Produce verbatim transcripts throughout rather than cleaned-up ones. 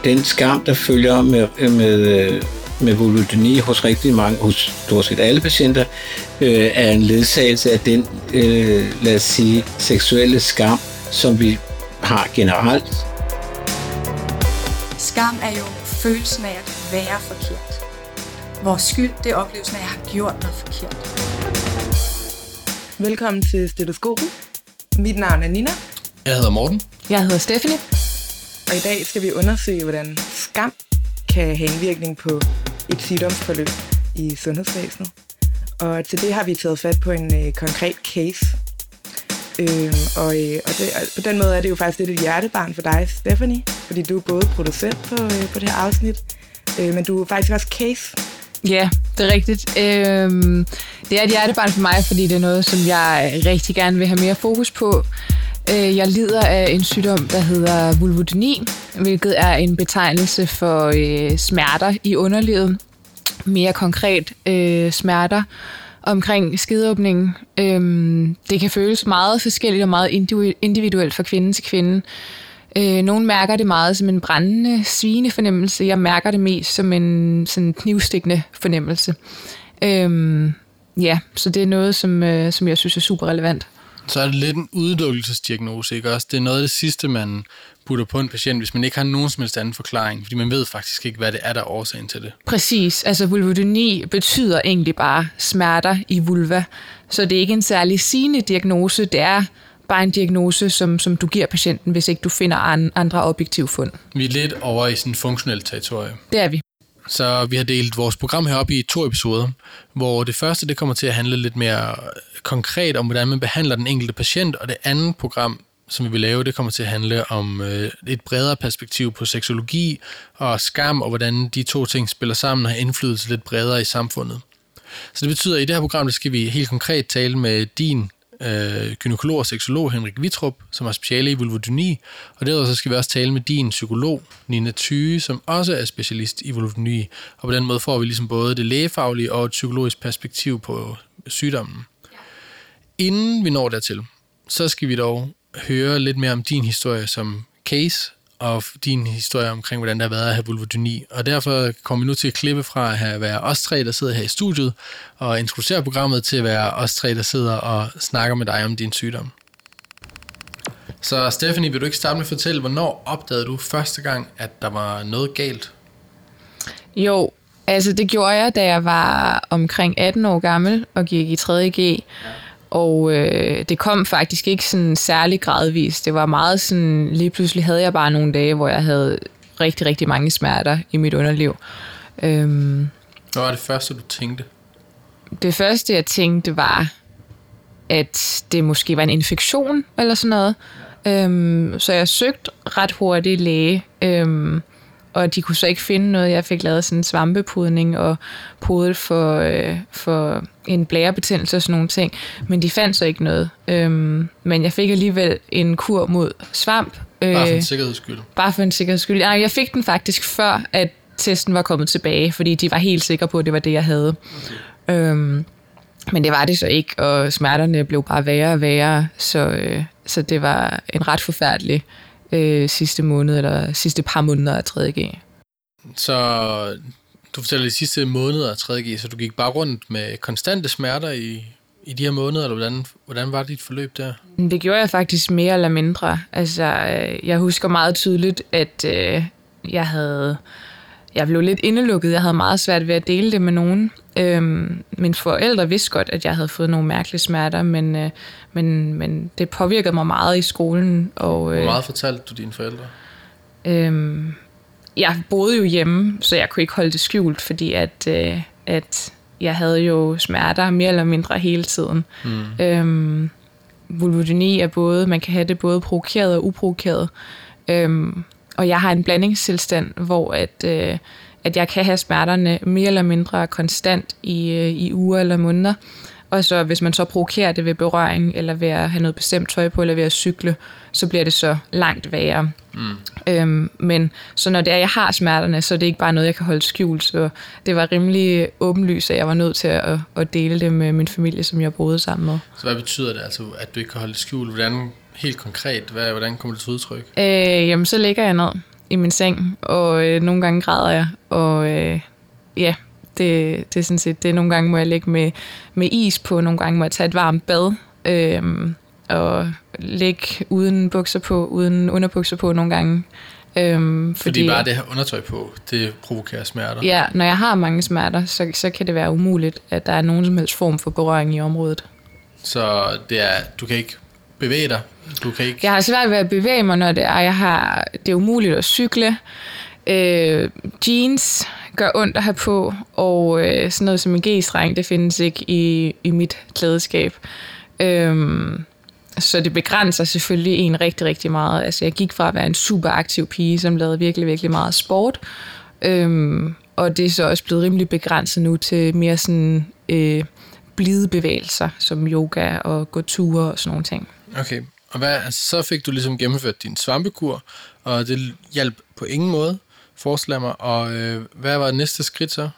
den skam, der følger med, med, med vulvodyni hos rigtig mange, hos stort set alle patienter, øh, er en ledsagelse af den, øh, lad os sige, seksuelle skam, som vi har generelt. Skam er jo følelsen af at være forkert. Hvor skyld, det er oplevelsen af at have gjort noget forkert. Velkommen til Stetoskopen. Mit navn er Nina. Jeg hedder Morten. Jeg hedder Stephanie. Og i dag skal vi undersøge, hvordan skam kan have en virkning på et sygdomsforløb i sundhedsvæsenet. Og til det har vi taget fat på en øh, konkret case. Øhm, og øh, og, det, og på den måde er det jo faktisk lidt et hjertebarn for dig, Stephanie. Fordi du er både producent på, øh, på det her afsnit, øh, men du er faktisk også case. Ja, det er rigtigt. Øhm, det er et hjertebarn for mig, fordi det er noget, som jeg rigtig gerne vil have mere fokus på. Jeg lider af en sygdom, der hedder vulvodyni, hvilket er en betegnelse for øh, smerter i underlivet. Mere konkret øh, smerter omkring skedåbningen. Øhm, det kan føles meget forskelligt og meget individuelt fra kvinde til kvinde. Øh, nogle mærker det meget som en brændende, sviende fornemmelse. Jeg mærker det mest som en sådan knivstikkende fornemmelse. Øhm, ja, så det er noget, som, øh, som jeg synes er super relevant. Så er det lidt en udelukkelsesdiagnose, ikke også? Det er noget af det sidste, man putter på en patient, hvis man ikke har nogen som helst anden forklaring, fordi man ved faktisk ikke, hvad det er, der er årsagen til det. Præcis. Altså vulvodyni betyder egentlig bare smerter i vulva, så det er ikke en særlig sigende diagnose, det er bare en diagnose, som, som du giver patienten, hvis ikke du finder andre objektive fund. Vi er lidt over i sådan en funktionel territorie. Det er vi. Så vi har delt vores program her op i to episoder, hvor det første det kommer til at handle lidt mere konkret om, hvordan man behandler den enkelte patient, og det andet program, som vi vil lave, det kommer til at handle om øh, et bredere perspektiv på seksologi og skam, og hvordan de to ting spiller sammen og har indflydelse lidt bredere i samfundet. Så det betyder, at i det her program, der skal vi helt konkret tale med din øh, gynekolog og seksolog Henrik Wittrup, som har speciale i vulvodyni, og derudover så skal vi også tale med din psykolog Nina Thyge, som også er specialist i vulvodyni, og på den måde får vi ligesom både det lægefaglige og et psykologisk perspektiv på sygdommen. Inden vi når dertil, så skal vi dog høre lidt mere om din historie som case, og din historie omkring, hvordan det har været at have vulvodyni. Og derfor kommer vi nu til at klippe fra at have være os tre, der sidder her i studiet, og introducere programmet til at være os tre, der sidder og snakker med dig om din sygdom. Så Stephanie, vil du ikke starte med at fortælle, hvornår opdagede du første gang, at der var noget galt? Jo, altså det gjorde jeg, da jeg var omkring atten år gammel og gik i tredje G. Ja. Og øh, det kom faktisk ikke sådan særlig gradvist. Det var meget sådan, lige pludselig havde jeg bare nogle dage, hvor jeg havde rigtig, rigtig mange smerter i mit underliv. Øhm, Hvad var det første, du tænkte? Det første, jeg tænkte, var, at det måske var en infektion eller sådan noget. Ja. Øhm, så jeg søgte ret hurtigt læge, øhm, og de kunne så ikke finde noget. Jeg fik lavet sådan en svampepudning og podet for, øh, for en blærebetændelse og sådan nogle ting. Men de fandt så ikke noget. Øhm, men jeg fik alligevel en kur mod svamp. Øh, bare for en sikkerheds skyld? Bare for en sikkerheds skyld. Nej, jeg fik den faktisk før, at testen var kommet tilbage, fordi de var helt sikre på, at det var det, jeg havde. Okay. Øhm, men det var det så ikke, og smerterne blev bare værre og værre. Så, øh, så det var en ret forfærdelig Øh, sidste måned, eller sidste par måneder af tredje G. Så du fortæller de sidste måneder af tredje G, så du gik bare rundt med konstante smerter i, i de her måneder, eller hvordan, hvordan var dit forløb der? Det gjorde jeg faktisk mere eller mindre. Altså, jeg husker meget tydeligt, at øh, jeg havde jeg blev lidt indelukket. Jeg havde meget svært ved at dele det med nogen. Øhm, mine forældre vidste godt, at jeg havde fået nogle mærkelige smerter, men, øh, men, men det påvirkede mig meget i skolen. Og, øh, Hvor meget fortalte du dine forældre? Øhm, jeg boede jo hjemme, så jeg kunne ikke holde det skjult, fordi at, øh, at jeg havde jo smerter mere eller mindre hele tiden. Mm. Øhm, vulvodyni er både, man kan have det både provokeret og uprovokeret. Øhm, og jeg har en blandingstilstand, hvor at, øh, at jeg kan have smerterne mere eller mindre konstant i, øh, i uger eller måneder. Og så hvis man så provokerer det ved berøring, eller ved at have noget bestemt tøj på, eller ved at cykle, så bliver det så langt værre. Mm. Øhm, men så når det er, jeg har smerterne, så er det ikke bare noget, jeg kan holde skjult. Så det var rimelig åbenlyst, at jeg var nødt til at, at dele det med min familie, som jeg boede sammen med. Så hvad betyder det, altså, at du ikke kan holde det skjult? Hvordan, helt konkret, hvad, hvordan kommer det til udtryk? Øh, jamen, så ligger jeg ned, i min seng, og øh, nogle gange græder jeg, og øh, ja, det, det er sådan set det. Nogle gange må jeg ligge med, med is på, nogle gange må jeg tage et varmt bad, øh, og ligge uden bukser på, uden underbukser på nogle gange. Øhm, fordi, fordi bare det her undertøj på, det provokerer smerter? Ja, når jeg har mange smerter, så, så kan det være umuligt, at der er nogen som helst form for berøring i området. Så det er, du kan ikke bevæge dig? Du kan ikke... Jeg har svært ved at bevæge mig, når det er, jeg har, det er umuligt at cykle. Øh, jeans gør ondt at have på, og øh, sådan noget som en G-streng, det findes ikke i, i mit klædeskab. Øh, Så det begrænser selvfølgelig en rigtig, rigtig meget. Altså, jeg gik fra at være en super aktiv pige, som lavede virkelig, virkelig meget sport. Øhm, og det er så også blevet rimelig begrænset nu til mere sådan øh, blide bevægelser, som yoga og gå ture og sådan nogle ting. Okay, og hvad, altså, så fik du ligesom gennemført din svampekur, og det hjalp på ingen måde, forestiller mig. Og øh, hvad var næste skridt så?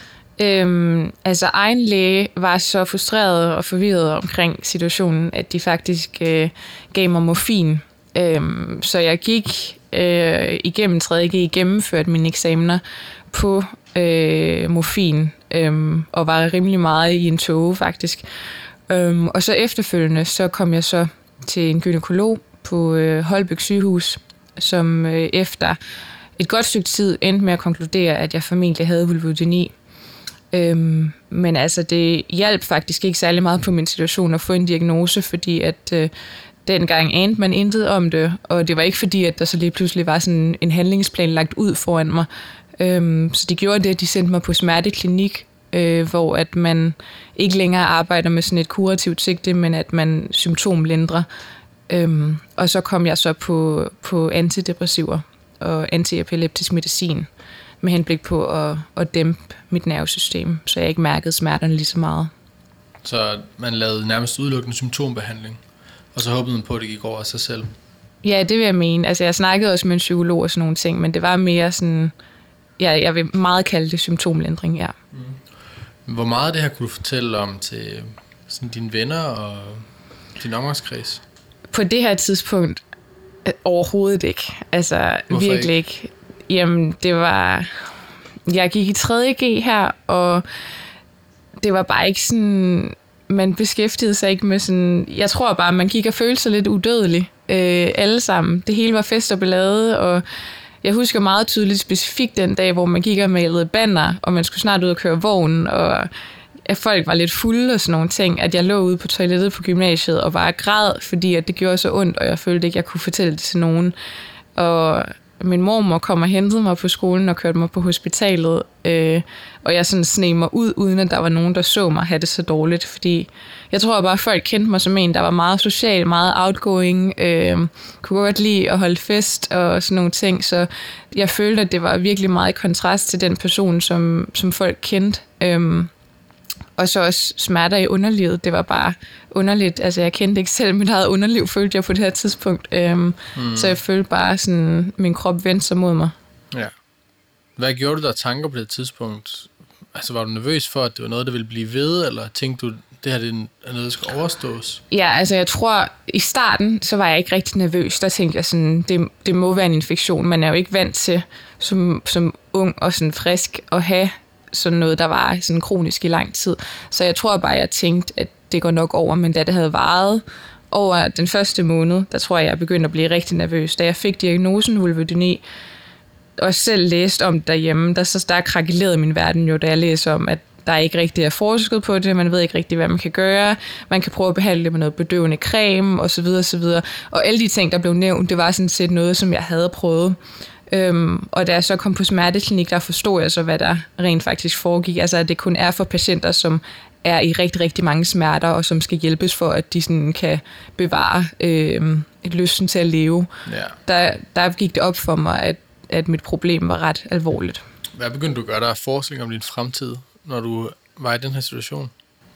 Øhm, altså egen læge var så frustreret og forvirret omkring situationen, at de faktisk øh, gav mig morfin. Øhm, så jeg gik øh, igennem tredje G, gennemførte mine eksamener på øh, morfin, øh, og var rimelig meget i en tåge faktisk. Øhm, og så efterfølgende, så kom jeg så til en gynekolog på øh, Holbæk sygehus, som øh, efter et godt stykke tid endte med at konkludere, at jeg formentlig havde vulvodyni. Øhm, men altså det hjalp faktisk ikke særlig meget på min situation at få en diagnose, fordi at øh, dengang anede man intet om det, og det var ikke fordi, at der så lige pludselig var sådan en handlingsplan lagt ud foran mig. Øhm, så de gjorde det, at de sendte mig på smerteklinik, øh, hvor at man ikke længere arbejder med sådan et kurativt sigte, men at man symptomlindrer. Øhm, og så kom jeg så på, på antidepressiver og antiepileptisk medicin, med henblik på at, at dæmpe mit nervesystem, så jeg ikke mærkede smerterne lige så meget. Så man lavede nærmest udelukkende symptombehandling, og så håbede man på, at det gik over af sig selv? Ja, det vil jeg mene. Altså, jeg snakkede også med en psykolog og sådan nogle ting, men det var mere sådan, ja, jeg vil meget kalde det symptomlindring, ja. Mm. Hvor meget af det her kunne du fortælle om til sådan dine venner og din omgangskreds? På det her tidspunkt overhovedet ikke. Altså, Hvorfor virkelig ikke? ikke. Jamen, det var... Jeg gik i tredje G her, og det var bare ikke sådan... Man beskæftigede sig ikke med sådan... Jeg tror bare, man gik og følte sig lidt udødelig. Øh, alle sammen. Det hele var fest og ballade, og jeg husker meget tydeligt specifikt den dag, hvor man gik og malede banner, og man skulle snart ud og køre vognen, og at folk var lidt fulde og sådan nogle ting, at jeg lå ude på toilettet på gymnasiet og bare græd, fordi at det gjorde så ondt, og jeg følte ikke, at jeg kunne fortælle det til nogen. Og min mormor kom og hentede mig på skolen og kørte mig på hospitalet, øh, og jeg sådan sneg mig ud, uden at der var nogen, der så mig have det så dårligt, fordi jeg tror bare, at folk kendte mig som en, der var meget social, meget outgoing, øh, kunne godt lide at holde fest og sådan nogle ting, så jeg følte, at det var virkelig meget i kontrast til den person, som, som folk kendte. Øh, Og så også smerter i underlivet. Det var bare underligt. Altså, jeg kendte ikke selv mit eget underliv, følte jeg på det her tidspunkt. Øhm, mm. Så jeg følte bare, sådan min krop vendte sig mod mig. Ja. Hvad gjorde du der tanker på det tidspunkt? Altså, var du nervøs for, at det var noget, der ville blive ved, eller tænkte du, det her det er noget, der skal overstås? Ja, altså jeg tror, i starten, så var jeg ikke rigtig nervøs. Der tænkte jeg sådan, det, det må være en infektion. Man er jo ikke vant til, som, som ung og sådan frisk, at have sådan noget, der var sådan kronisk i lang tid. Så jeg tror bare, jeg tænkte, at det går nok over, men da det havde varet over den første måned, der tror jeg, jeg begyndte at blive rigtig nervøs. Da jeg fik diagnosen vulvodyni, og selv læste om det derhjemme, der, så der krakelerede min verden jo, da jeg læste om, at der ikke rigtig er forsket på det, man ved ikke rigtig, hvad man kan gøre, man kan prøve at behandle det med noget bedøvende creme, og så videre, og så videre. Og alle de ting, der blev nævnt, det var sådan set noget, som jeg havde prøvet. Øhm, og da jeg så kom på smerteklinik, der forstod jeg så, hvad der rent faktisk foregik. Altså, at det kun er for patienter, som er i rigtig, rigtig mange smerter, og som skal hjælpes for, at de sådan kan bevare øhm, et lysten til at leve. Ja. Der, der gik det op for mig, at, at mit problem var ret alvorligt. Hvad begyndte du at gøre der forskning om din fremtid, når du var i den her situation?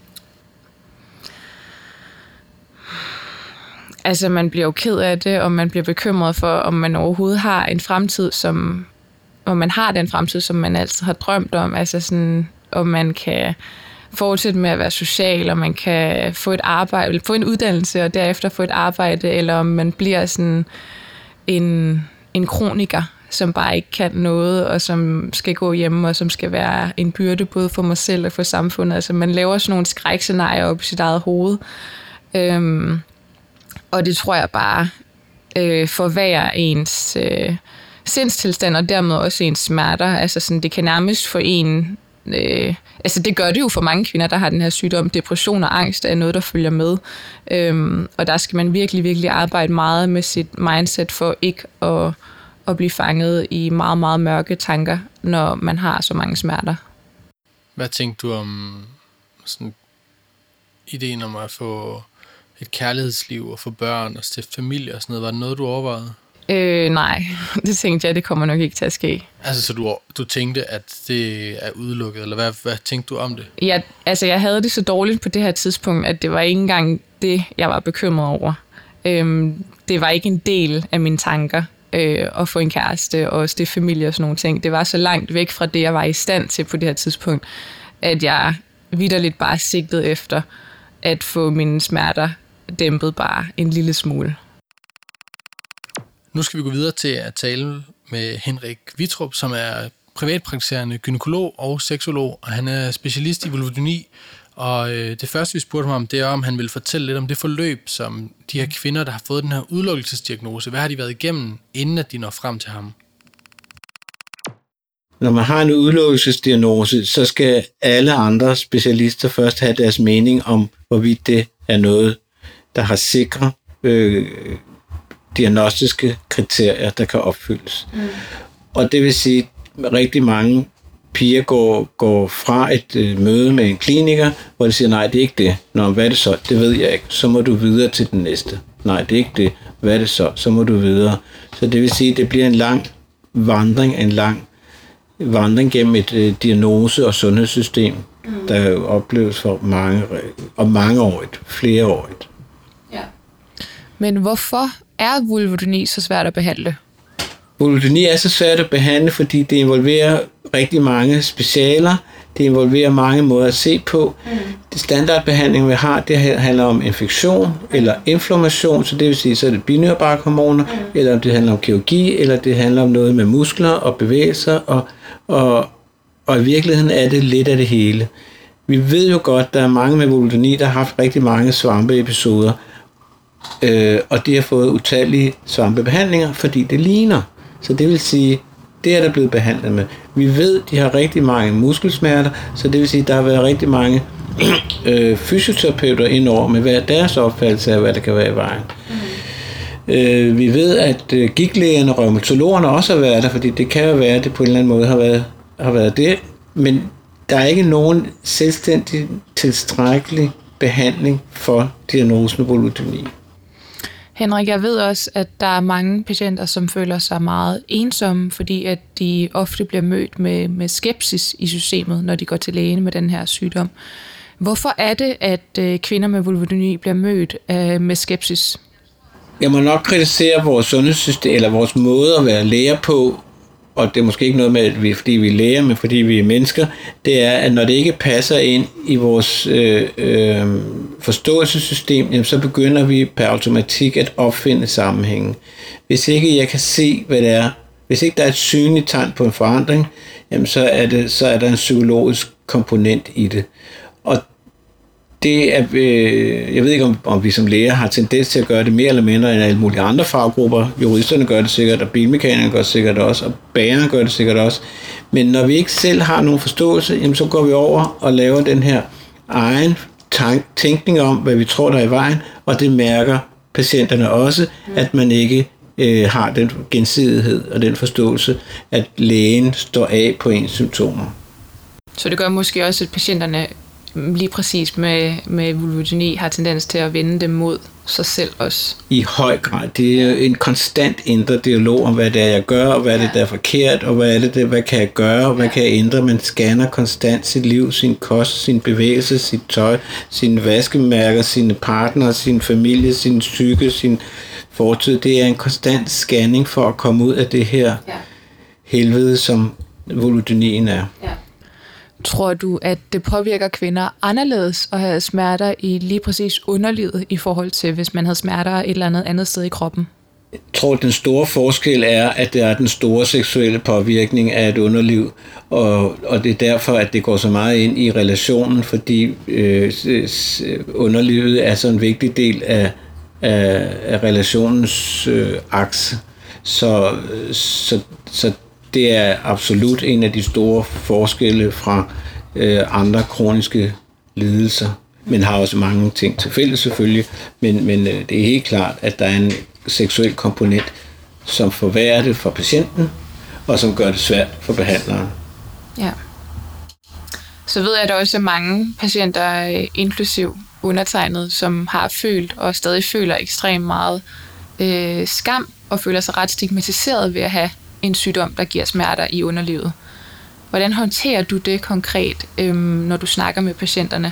Altså, man bliver jo ked af det, og man bliver bekymret for, om man overhovedet har en fremtid, som, om man har den fremtid, som man altid har drømt om. Altså sådan, om man kan fortsætte med at være social, og man kan få et arbejde, få en uddannelse, og derefter få et arbejde, eller om man bliver sådan en, en kroniker, som bare ikke kan noget, og som skal gå hjemme, og som skal være en byrde både for mig selv og for samfundet. Altså man laver sådan nogle skrækscenarier op i sit eget hoved. Øhm, og det tror jeg bare øh, forværrer ens øh, sindstilstand, og dermed også ens smerter. Altså sådan, det kan nærmest få en... Øh, altså det gør det jo for mange kvinder, der har den her sygdom. Depression og angst er noget, der følger med. Øhm, og der skal man virkelig, virkelig arbejde meget med sit mindset for ikke at, at blive fanget i meget, meget mørke tanker, når man har så mange smerter. Hvad tænkte du om sådan ideen om at få et kærlighedsliv og få børn og stifte familie og sådan noget? Var det noget, du overvejede? Øh, nej, det tænkte jeg, det kommer nok ikke til at ske. Altså, så du, du tænkte, at det er udelukket, eller hvad, hvad tænkte du om det? Ja, altså, jeg havde det så dårligt på det her tidspunkt, at det var ikke engang det, jeg var bekymret over. Øhm, det var ikke en del af mine tanker øh, at få en kæreste og stifte familie og sådan nogle ting. Det var så langt væk fra det, jeg var i stand til på det her tidspunkt, at jeg vitterligt bare sigtede efter at få mine smerter dæmpet bare en lille smule. Nu skal vi gå videre til at tale med Henrik Wittrup, som er privatpraktiserende gynekolog og seksolog, og han er specialist i vulvodyni. Og øh, det første, vi spurgte ham om, det er, om han ville fortælle lidt om det forløb, som de her kvinder, der har fået den her udelukkelsesdiagnose, hvad har de været igennem, inden at de når frem til ham? Når man har en udelukkelsesdiagnose, så skal alle andre specialister først have deres mening om, hvorvidt det er noget, der har sikre øh, diagnostiske kriterier, der kan opfyldes. Mm. Og det vil sige, at rigtig mange piger går, går fra et øh, møde med en kliniker, hvor de siger, nej, det er ikke det. Nå, hvad er det så? Det ved jeg ikke. Så må du videre til den næste. Nej, det er ikke det. Hvad er det så? Så må du videre. Så det vil sige, at det bliver en lang vandring, en lang vandring gennem et øh, diagnose- og sundhedssystem, mm. der opleves for mange, og mangeårigt, flereårigt. Ja. Men hvorfor er vulvodyni så svært at behandle? Vulvodyni er så svært at behandle, fordi det involverer rigtig mange specialer. Det involverer mange måder at se på. Mm. Det standardbehandling, vi har, det handler om infektion eller inflammation, så det vil sige, så er det binyrbarkhormoner, mm. eller om det handler om kirurgi, eller det handler om noget med muskler og bevægelser, og, og, og i virkeligheden er det lidt af det hele. Vi ved jo godt, der er mange med vulvodyni, der har haft rigtig mange svampeepisoder, øh, og de har fået utallige svampebehandlinger, fordi det ligner. Så det vil sige, det er der blevet behandlet med. Vi ved, de har rigtig mange muskelsmerter, så det vil sige, der har været rigtig mange øh, fysioterapeuter indover med hver deres opfattelse af, hvad der kan være i vejen. Mm. Øh, vi ved, at øh, gigtlægerne og rheumatologerne også har været der, fordi det kan jo være, at det på en eller anden måde har været, har været det, men der er ikke nogen selvstændig tilstrækkelig behandling for diagnosen vulvodyni. Henrik, jeg ved også, at der er mange patienter, som føler sig meget ensomme, fordi at de ofte bliver mødt med, med skepsis i systemet, når de går til lægen med den her sygdom. Hvorfor er det, at øh, kvinder med vulvodyni bliver mødt øh, med skepsis? Jeg må nok kritisere vores sundhedssystem, eller vores måde at være læger på, og det er måske ikke noget med, at vi, fordi vi er læger, men fordi vi er mennesker, det er, at når det ikke passer ind i vores øh, øh, forståelsessystem, jamen, så begynder vi per automatik at opfinde sammenhængen. Hvis ikke jeg kan se, hvad det er, hvis ikke der er et synligt tegn på en forandring, jamen, så, er det, så er der en psykologisk komponent i det. Og det er, øh, jeg ved ikke, om, om vi som læger har tendens til at gøre det mere eller mindre end alle mulige andre faggrupper. Juristerne gør det sikkert, og bilmekanikerne gør det sikkert også, og bagerne gør det sikkert også. Men når vi ikke selv har nogen forståelse, jamen, så går vi over og laver den her egen tank, tænkning om, hvad vi tror, der er i vejen, og det mærker patienterne også, at man ikke øh, har den gensidighed og den forståelse, at lægen står af på ens symptomer. Så det gør måske også, at patienterne lige præcis med, med vulvodyni har tendens til at vende dem mod sig selv også. I høj grad. Det er en konstant indre dialog om, hvad det er, jeg gør, og hvad ja. det er, der er forkert, og hvad er det, der, hvad kan jeg gøre, og hvad ja. kan jeg ændre. Man scanner konstant sit liv, sin kost, sin bevægelse, sit tøj, sine vaskemærker, sine partnere, sin familie, sin psyke, sin fortid. Det er en konstant scanning for at komme ud af det her ja. helvede, som vulvodynien er. Ja. Tror du, at det påvirker kvinder anderledes at have smerter i lige præcis underlivet i forhold til, hvis man havde smerter et eller andet andet sted i kroppen? Jeg tror, at den store forskel er, at der er den store seksuelle påvirkning af et underliv, og, og det er derfor, at det går så meget ind i relationen, fordi øh, underlivet er så en vigtig del af, af, af relationens øh, akse. Så, så, så det er absolut en af de store forskelle fra øh, andre kroniske lidelser, men har også mange ting til fælles selvfølgelig, men, men øh, det er helt klart, at der er en seksuel komponent, som forværrer det for patienten, og som gør det svært for behandleren. Ja. Så ved jeg, at der også er mange patienter, inklusiv undertegnet, som har følt og stadig føler ekstremt meget øh, skam, og føler sig ret stigmatiseret ved at have en sygdom, der giver smerter i underlivet. Hvordan håndterer du det konkret, øh, når du snakker med patienterne?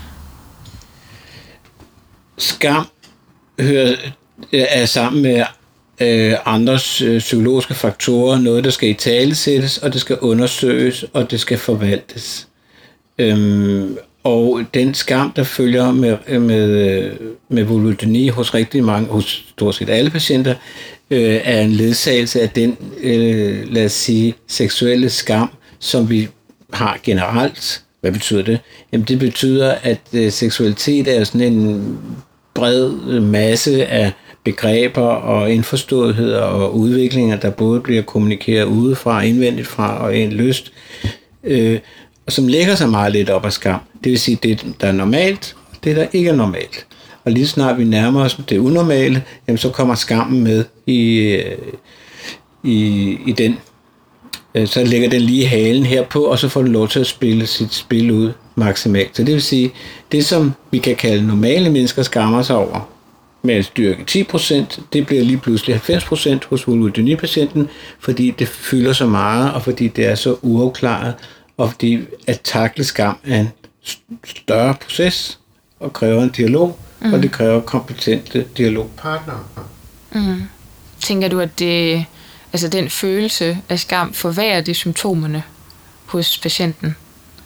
Skam hører, er sammen med øh, andres øh, psykologiske faktorer noget, der skal italesættes, og det skal undersøges, og det skal forvaltes. Øhm, og den skam, der følger med, med, med vulvodyni hos rigtig mange, hos stort set alle patienter, øh, er en ledsagelse af den, øh, lad os sige, seksuelle skam, som vi har generelt. Hvad betyder det? Jamen det betyder, at øh, seksualitet er sådan en bred masse af begreber og indforståetheder og udviklinger, der både bliver kommunikeret udefra, indvendigt fra og en lyst, øh, og som lægger sig meget lidt op af skam. Det vil sige, det der er normalt, og det der ikke er normalt. Og lige snart vi nærmer os det unormale, jamen, så kommer skammen med i, i, i den. Så lægger den lige halen herpå, og så får den lov til at spille sit spil ud maksimalt. Så det vil sige, det som vi kan kalde normale mennesker skammer sig over med at styrke ti procent, det bliver lige pludselig halvfems procent hos vulvodyni-patienten, fordi det fylder så meget, og fordi det er så uafklaret, og fordi at takle skam er en større proces, og kræver en dialog, mm. og det kræver kompetente dialogpartnere. Mm. Tænker du, at det, altså den følelse af skam forværrer de symptomerne hos patienten?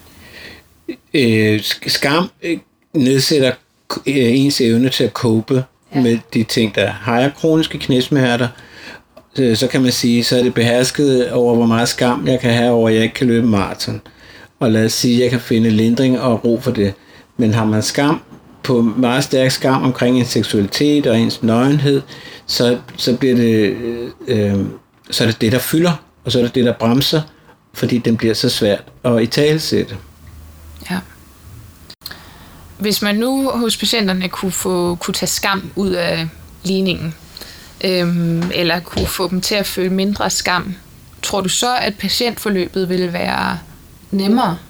Øh, skam nedsætter ens evne til at cope ja. med de ting, der har kroniske knæsmerter. Så kan man sige, så er det behersket over, hvor meget skam jeg kan have over, at jeg ikke kan løbe maraton. Og lad os sige, at jeg kan finde lindring og ro for det. Men har man skam, på meget stærk skam omkring ens seksualitet og ens nøgenhed, så, så bliver det, øh, så er det det, der fylder, og så er det det, der bremser, fordi den bliver så svært at italesætte. Ja. Hvis man nu hos patienterne kunne få kunne tage skam ud af ligningen, øhm, eller kunne få dem til at føle mindre skam, tror du så, at patientforløbet ville være nemmere?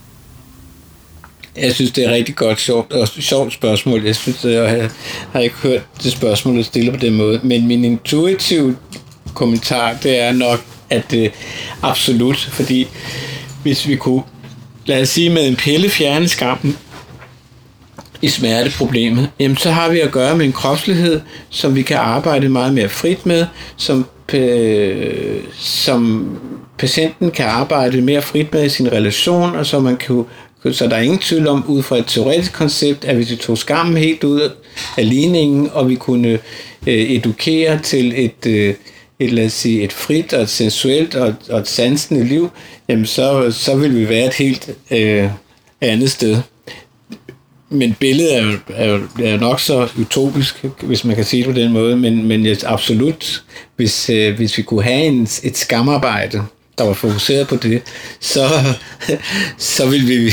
Jeg synes, det er et rigtig godt sjovt, og sjovt spørgsmål. Jeg synes, jeg har, har ikke hørt det spørgsmål, der stiller på den måde. Men min intuitive kommentar, det er nok, at det absolut, fordi hvis vi kunne, lad os sige, med en pille fjerne skammen i smerteproblemet, jamen så har vi at gøre med en kropslighed, som vi kan arbejde meget mere frit med, som, øh, som patienten kan arbejde mere frit med i sin relation, og så man kan så der er ingen tvivl om, ud fra et teoretisk koncept, at hvis vi tog skammen helt ud af ligningen, og vi kunne øh, edukere til et, øh, et, lad os sige, et frit og et sensuelt og, og et sansende liv, jamen så, så vil vi være et helt øh, andet sted. Men billedet er jo, er, jo, er jo nok så utopisk, hvis man kan sige det på den måde, men, men yes, absolut, hvis, øh, hvis vi kunne have en, et skamarbejde, der var fokuseret på det, så, så ville vi,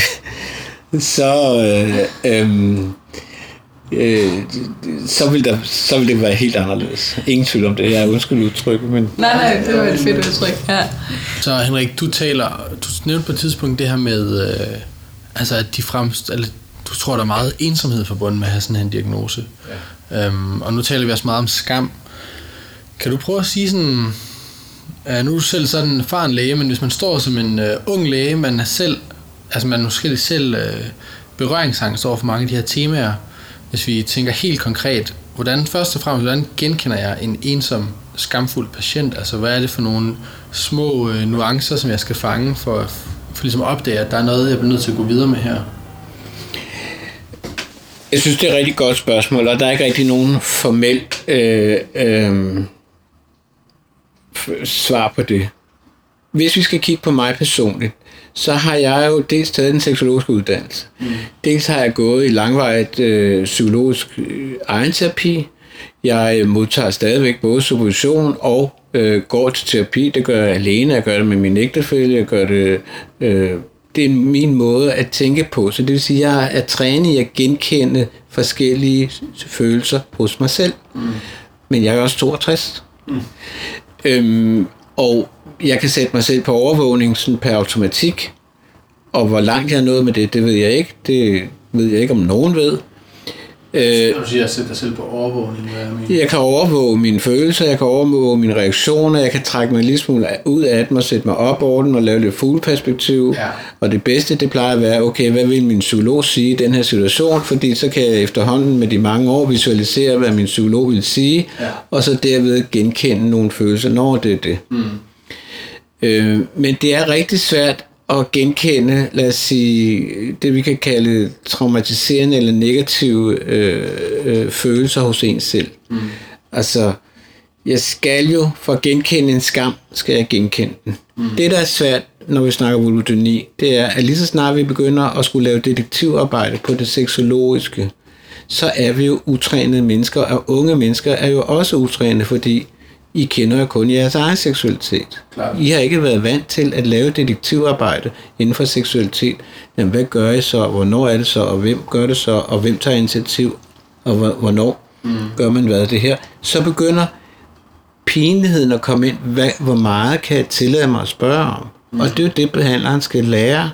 så, øh, øh, øh, så, ville der, så ville det være helt anderledes. Ingen tvivl om det. Jeg er undskyld udtryk, men... Nej, nej, det var et fedt udtryk, ja. Så Henrik, du taler, du nævnte på et tidspunkt det her med, øh, altså at de fremst, eller du tror, der er meget ensomhed forbundet med at have sådan en diagnose. Ja. Øhm, og nu taler vi også meget om skam. Kan du prøve at sige sådan... Uh, nu er du selv sådan en erfaren læge, men hvis man står som en uh, ung læge, man er selv, altså man er måske selv uh, berøringsangst over for mange af de her temaer. Hvis vi tænker helt konkret, hvordan først og fremmest, hvordan genkender jeg en ensom, skamfuld patient? Altså hvad er det for nogle små uh, nuancer, som jeg skal fange for, for ligesom at opdage, at der er noget, jeg bliver nødt til at gå videre med her? Jeg synes, det er et rigtig godt spørgsmål, og der er ikke rigtig nogen formel øh, øh, svar på det. Hvis vi skal kigge på mig personligt, så har jeg jo dels taget den seksologiske uddannelse. Mm. Dels har jeg gået i langvarigt øh, psykologisk øh, egenterapi. Jeg modtager stadigvæk både supervision og øh, går til terapi. Det gør jeg alene, jeg gør det med min ægtefælle, jeg gør det... Øh, det er min måde at tænke på. Så det vil sige, at jeg er trænet i at genkende forskellige følelser hos mig selv. Mm. Men jeg er også toogtres. Mm. Øhm, og jeg kan sætte mig selv på overvågning sådan per automatik. Og hvor langt jeg er nået med det, det ved jeg ikke. Det ved jeg ikke, om nogen ved. Øh, du siger, at sætte dig selv på overvågning? Hvad jeg kan overvåge mine følelser, jeg kan overvåge mine reaktioner, jeg kan trække mig en lille smule ud af dem og sætte mig op over den og lave lidt fugleperspektiv. Ja. Og det bedste, det plejer at være, okay, hvad vil min psykolog sige i den her situation? Fordi så kan jeg efterhånden med de mange år visualisere, hvad min psykolog vil sige, ja. Og så derved genkende nogle følelser, når det er det. Mm. Øh, men det er rigtig svært at genkende, lad os sige, det vi kan kalde traumatiserende eller negative øh, øh, følelser hos en selv. Mm. Altså, jeg skal jo, for at genkende en skam, skal jeg genkende den. Mm. Det, der er svært, når vi snakker vulvodyni, det er, at lige så snart vi begynder at skulle lave detektivarbejde på det seksologiske, så er vi jo utrænede mennesker, og unge mennesker er jo også utrænede, fordi I kender jo kun jeres egen seksualitet. Klar. I har ikke været vant til at lave detektivarbejde inden for seksualitet. Jamen, hvad gør I så? Hvornår er det så? Og hvem gør det så? Og hvem tager initiativ? Og hvornår mm. gør man hvad det her? Så begynder pinligheden at komme ind. Hvad, hvor meget kan jeg tillade mig at spørge om? Mm. Og det er jo det, behandleren skal lære.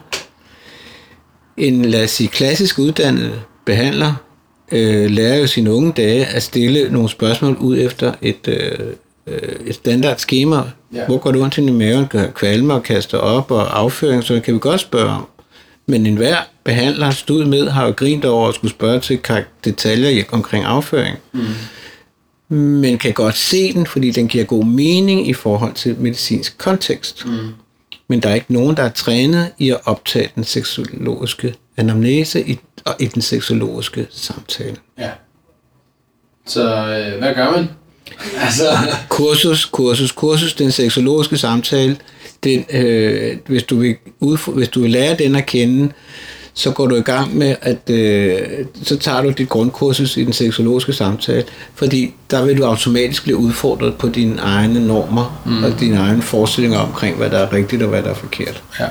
En, lad os sige, klassisk uddannet behandler øh, lærer jo sine unge dage at stille nogle spørgsmål ud efter et... Øh, et standard skema. Ja. Hvor går du ondt i maven, kvalmer og kaster op og afføring, så kan vi godt spørge om. Men enhver behandler stod med, har jo grint over at skulle spørge til detaljer omkring afføring. Mm. Men kan godt se den, fordi den giver god mening i forhold til medicinsk kontekst. Mm. Men der er ikke nogen, der er trænet i at optage den seksologiske anamnese i, og i den seksologiske samtale. Ja. Så øh, hvad gør man? Altså. Kursus, kursus, kursus, den seksologiske samtale. Den, øh, hvis, du vil udf- hvis du vil lære den at kende, så går du i gang med, at øh, så tager du dit grundkursus i den seksologiske samtale, fordi der vil du automatisk blive udfordret på dine egne normer mm. og dine egne forestillinger omkring, hvad der er rigtigt og hvad der er forkert. Ja.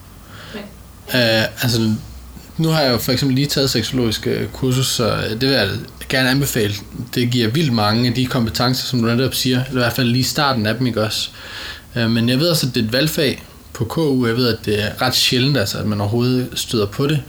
Uh, altså, nu har jeg jo for eksempel lige taget seksologisk kursus, så det vil jeg gerne anbefale. Det giver vildt mange af de kompetencer, som du netop siger, eller i hvert fald lige starten af dem, ikke også? Men jeg ved også, at det er et valgfag på K U. Jeg ved, at det er ret sjældent, altså, at man overhovedet støder på det.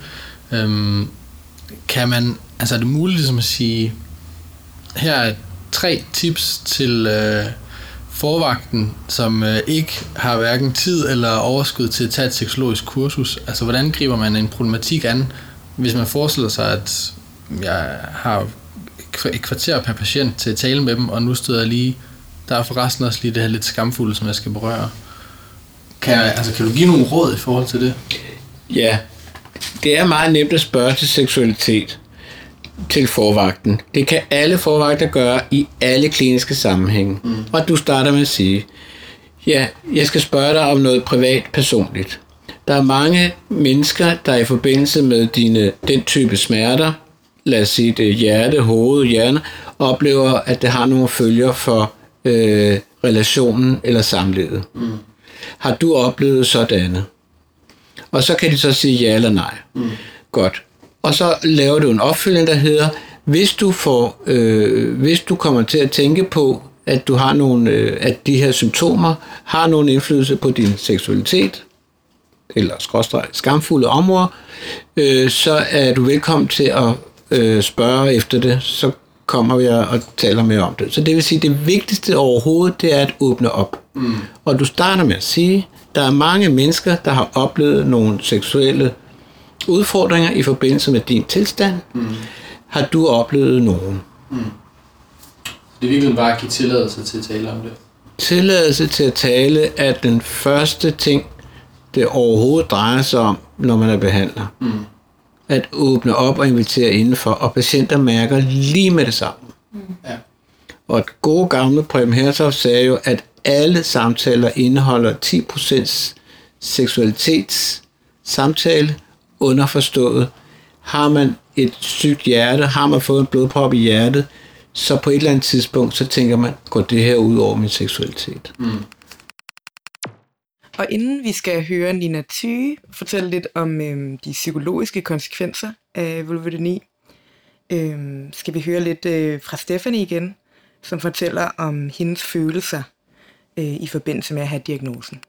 Kan man, altså er det muligt ligesom at sige, her er tre tips til øh, forvagten, som øh, ikke har hverken tid eller overskud til at tage et seksologisk kursus. Altså, hvordan griber man en problematik an, hvis man forestiller sig, at jeg har et kvarter per patient til at tale med dem, og nu støder jeg lige, der er forresten også lige det her lidt skamfulde, som jeg skal berøre. Kan, jeg, altså, kan du give nogle råd i forhold til det? Ja, det er meget nemt at spørge til seksualitet til forvagten. Det kan alle forvagter gøre i alle kliniske sammenhænge. Mm. Og du starter med at sige, ja, jeg skal spørge dig om noget privat personligt. Der er mange mennesker, der i forbindelse med dine, den type smerter, lad os sige det hjerte, hoved, hjerne, oplever, at det har nogle følger for øh, relationen eller samlivet. Mm. Har du oplevet sådan? Og så kan de så sige ja eller nej. Mm. Godt. Og så laver du en opfølgning, der hedder, hvis du får, øh, hvis du kommer til at tænke på, at du har nogle, øh, at de her symptomer har nogen indflydelse på din seksualitet, eller skråstreg skamfulde områder, øh, så er du velkommen til at øh, spørge efter det, så kommer jeg og taler mere om det. Så det vil sige, at det vigtigste overhovedet, det er at åbne op. Mm. Og du starter med at sige, der er mange mennesker, der har oplevet nogle seksuelle udfordringer i forbindelse med din tilstand. Mm. Har du oplevet nogen? Mm. Det er virkelig bare at give tilladelse til at tale om det. Tilladelse til at tale er den første ting, det overhovedet drejer sig om, når man er behandler. Mm. At åbne op og invitere indenfor, og patienter mærker lige med det samme. Mm. Ja. Og et gode gamle Preben Hertov sagde jo, at alle samtaler indeholder ti procent seksualitetssamtale, underforstået. Har man et sygt hjerte, har man fået en blodprop i hjertet, så på et eller andet tidspunkt, så tænker man, går det her ud over min seksualitet? Mm. Og inden vi skal høre Nina Thyge fortælle lidt om øhm, de psykologiske konsekvenser af vulvodyni, øhm, skal vi høre lidt øh, fra Stephanie igen, som fortæller om hendes følelser øh, i forbindelse med at have diagnosen.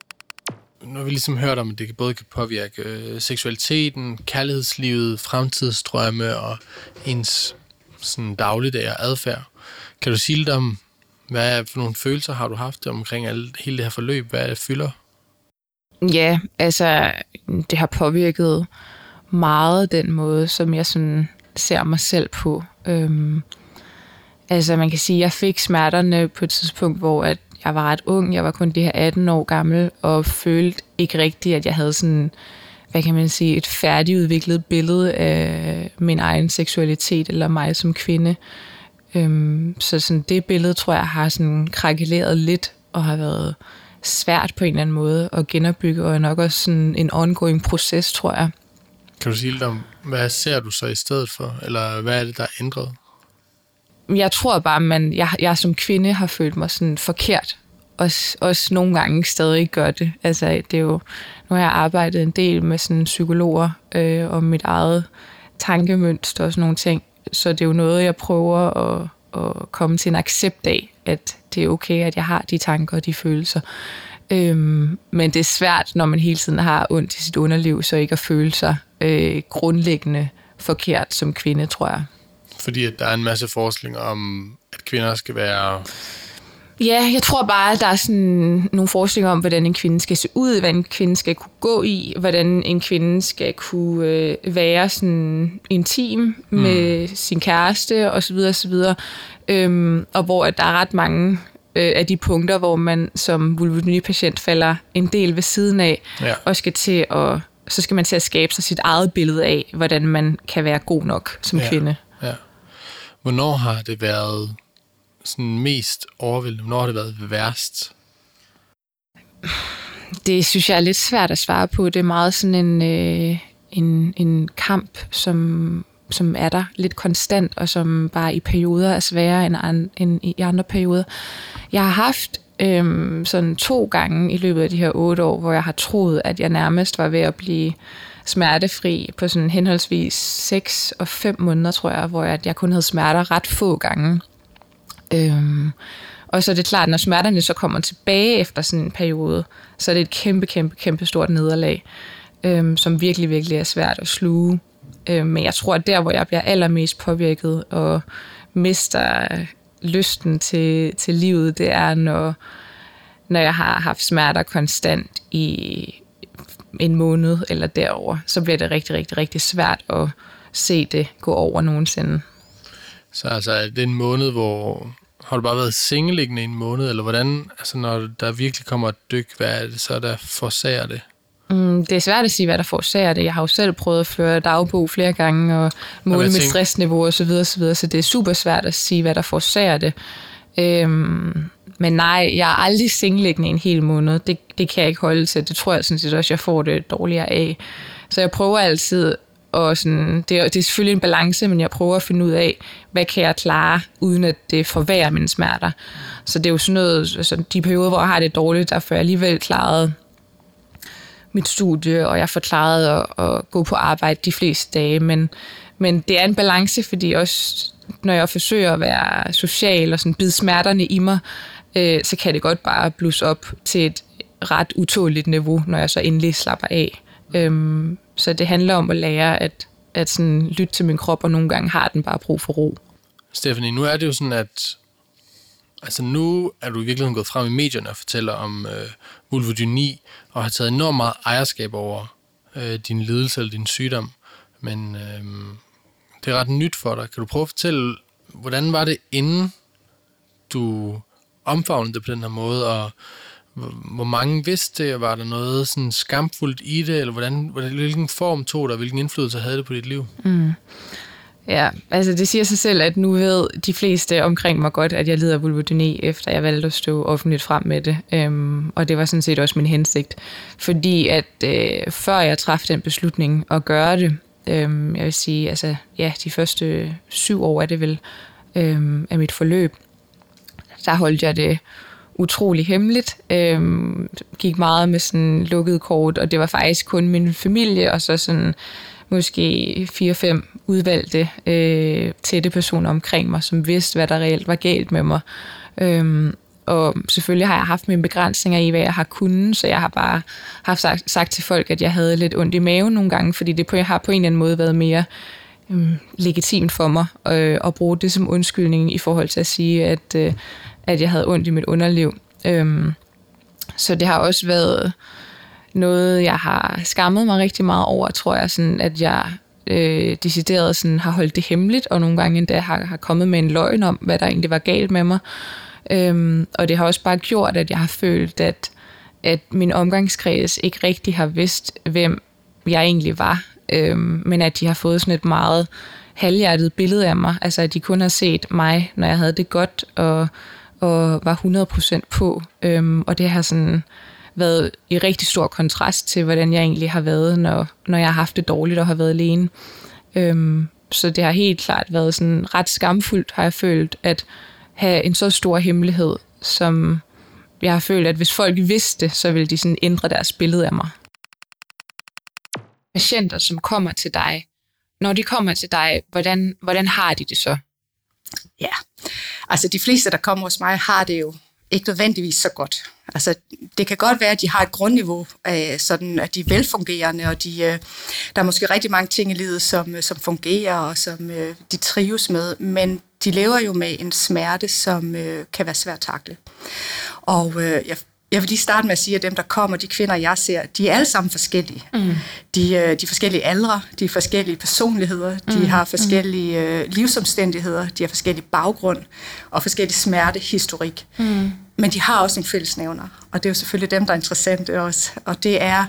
Nu har vi ligesom hørt om, at det både kan påvirke øh, seksualiteten, kærlighedslivet, fremtidsdrømme og ens sådan, dagligdag og adfærd. Kan du sige lidt om, hvad for nogle følelser har du haft omkring alle, hele det her forløb? Hvad det fylder? Ja, altså det har påvirket meget den måde, som jeg sådan ser mig selv på. Øhm, altså man kan sige, at jeg fik smerterne på et tidspunkt, hvor at jeg var ret ung. Jeg var kun de her atten år gammel, og følte ikke rigtigt, at jeg havde sådan, hvad kan man sige, et færdigudviklet billede af min egen seksualitet, eller mig som kvinde. Øhm, så sådan det billede, tror jeg, har sådan krakeleret lidt, og har været svært på en eller anden måde at genopbygge, og nok også sådan en ongoing proces, tror jeg. Kan du sige lidt om, hvad ser du så i stedet for? Eller hvad er det, der er ændret? Jeg tror bare, man, jeg, jeg som kvinde har følt mig sådan forkert. Også, også nogle gange stadig gør det. Altså, det er jo, nu har jeg arbejdet en del med sådan psykologer øh, om mit eget tankemønster og sådan nogle ting. Så det er jo noget, jeg prøver at, at komme til en accept af, at det er okay, at jeg har de tanker og de følelser. Øhm, men det er svært, når man hele tiden har ondt i sit underliv, så ikke at føle sig øh, grundlæggende forkert som kvinde, tror jeg. Fordi at der er en masse forskning om, at kvinder skal være... Ja, jeg tror bare, at der er sådan nogle forskninger om, hvordan en kvinde skal se ud, hvad en kvinde skal kunne gå i, hvordan en kvinde skal kunne øh, være sådan intim med mm. sin kæreste osv. osv. Øhm, og hvor at der er ret mange øh, af de punkter, hvor man som vulvodyni-patient falder en del ved siden af, ja. og skal til at, så skal man til at skabe sig sit eget billede af, hvordan man kan være god nok som ja. kvinde. Ja. Hvornår har det været sådan mest overvældende? Hvornår har det været værst? Det synes jeg er lidt svært at svare på. Det er meget sådan en, øh, en, en kamp, som, som er der lidt konstant, og som bare i perioder er sværere end, an, end i andre perioder. Jeg har haft øh, sådan to gange i løbet af de her otte år, hvor jeg har troet, at jeg nærmest var ved at blive smertefri på sådan henholdsvis seks og fem måneder, tror jeg, hvor jeg, jeg kun havde smerter ret få gange. Øhm, og så er det klart, at når smerterne så kommer tilbage efter sådan en periode, så er det et kæmpe, kæmpe, kæmpe stort nederlag, øhm, som virkelig, virkelig er svært at sluge. Øhm, men jeg tror, at der, hvor jeg bliver allermest påvirket og mister lysten til, til livet, det er, når, når jeg har haft smerter konstant i en måned eller derover, så bliver det rigtig, rigtig, rigtig svært at se det gå over nogensinde. Så altså, er det en måned, hvor... Har du bare været sengeliggende i en måned, eller hvordan, altså når der virkelig kommer et dyk, hvad er det så, der forårsager det? Mm, det er svært at sige, hvad der forårsager det. Jeg har jo selv prøvet at føre dagbog flere gange, og måle mit stressniveau og så videre, så videre, så det er super svært at sige, hvad der forårsager det. Øhm, men nej, jeg er aldrig sengeliggende i en hel måned. Det, det kan jeg ikke holde til. Det tror jeg sådan set også, jeg får det dårligere af. Så jeg prøver altid... Og sådan, det, er, det er selvfølgelig en balance, men jeg prøver at finde ud af, hvad kan jeg klare, uden at det forværrer mine smerter. Så det er jo sådan noget, altså de perioder, hvor jeg har det dårligt, der får jeg alligevel klaret mit studie, og jeg får klaret at, at gå på arbejde de fleste dage. Men, men det er en balance, fordi også når jeg forsøger at være social og sådan bide smerterne i mig, øh, så kan det godt bare blusse op til et ret utåligt niveau, når jeg så endelig slapper af. Øhm, så det handler om at lære at, at sådan lytte til min krop, og nogle gange har den bare brug for ro. Stephanie, nu er det jo sådan, at altså nu er du i virkeligheden gået frem i medierne og fortæller om øh, vulvodyni, og har taget enormt meget ejerskab over øh, din lidelse eller din sygdom. Men øh, det er ret nyt for dig. Kan du prøve at fortælle, hvordan var det, inden du omfavnede det på den her måde, og hvor mange vidste det, og var der noget sådan skamfuldt i det, eller hvordan, hvilken form tog det, og hvilken indflydelse havde det på dit liv? Mm. Ja, altså det siger sig selv, at nu ved de fleste omkring mig godt, at jeg lider af vulvodyni, efter jeg valgte at stå offentligt frem med det. Øhm, og det var sådan set også min hensigt. Fordi at øh, før jeg træffede den beslutning at gøre det, øhm, jeg vil sige, altså ja, de første syv år er det vel øhm, af mit forløb, der holdt jeg det utrolig hemmeligt. Øhm, gik meget med sådan lukket kort, og det var faktisk kun min familie, og så sådan måske fire-fem udvalgte øh, tætte personer omkring mig, som vidste, hvad der reelt var galt med mig. Øhm, og selvfølgelig har jeg haft mine begrænsninger i, hvad jeg har kunnet, så jeg har bare haft sagt, sagt til folk, at jeg havde lidt ondt i maven nogle gange, fordi det på, har på en eller anden måde været mere øhm, legitimt for mig øh, at bruge det som undskyldning i forhold til at sige, at, øh, at jeg havde ondt i mit underliv. Øhm, så det har også været noget, jeg har skammet mig rigtig meget over, tror jeg, sådan, at jeg øh, decideret sådan, har holdt det hemmeligt, og nogle gange endda har, har kommet med en løgn om, hvad der egentlig var galt med mig. Øhm, og det har også bare gjort, at jeg har følt, at, at min omgangskreds ikke rigtig har vidst, hvem jeg egentlig var, øhm, men at de har fået sådan et meget halvhjertet billede af mig, altså at de kun har set mig, når jeg havde det godt, og, og var hundrede procent på, øhm, og det har sådan været i rigtig stor kontrast til, hvordan jeg egentlig har været, når, når jeg har haft det dårligt og har været alene. Øhm, så det har helt klart været sådan ret skamfuldt, har jeg følt, at have en så stor hemmelighed, som jeg har følt, at hvis folk vidste, så ville de sådan ændre deres billede af mig. Patienter, som kommer til dig, når de kommer til dig, hvordan, hvordan har de det så? Ja, altså de fleste, der kommer hos mig, har det jo ikke nødvendigvis så godt. Altså, det kan godt være, at de har et grundniveau, øh, sådan at de er velfungerende, og de, øh, der er måske rigtig mange ting i livet, som, som fungerer, og som øh, de trives med, men de lever jo med en smerte, som øh, kan være svært at takle. Og øh, jeg, jeg vil lige starte med at sige, at dem, der kommer, de kvinder, jeg ser, de er alle sammen forskellige. Mm. De, øh, de er forskellige aldre, de er forskellige personligheder, de mm. har forskellige øh, livsomstændigheder, de har forskellige baggrund og forskellige smertehistorik. Mm. Men de har også en fællesnævner, og det er jo selvfølgelig dem, der er interessante også. Og det er,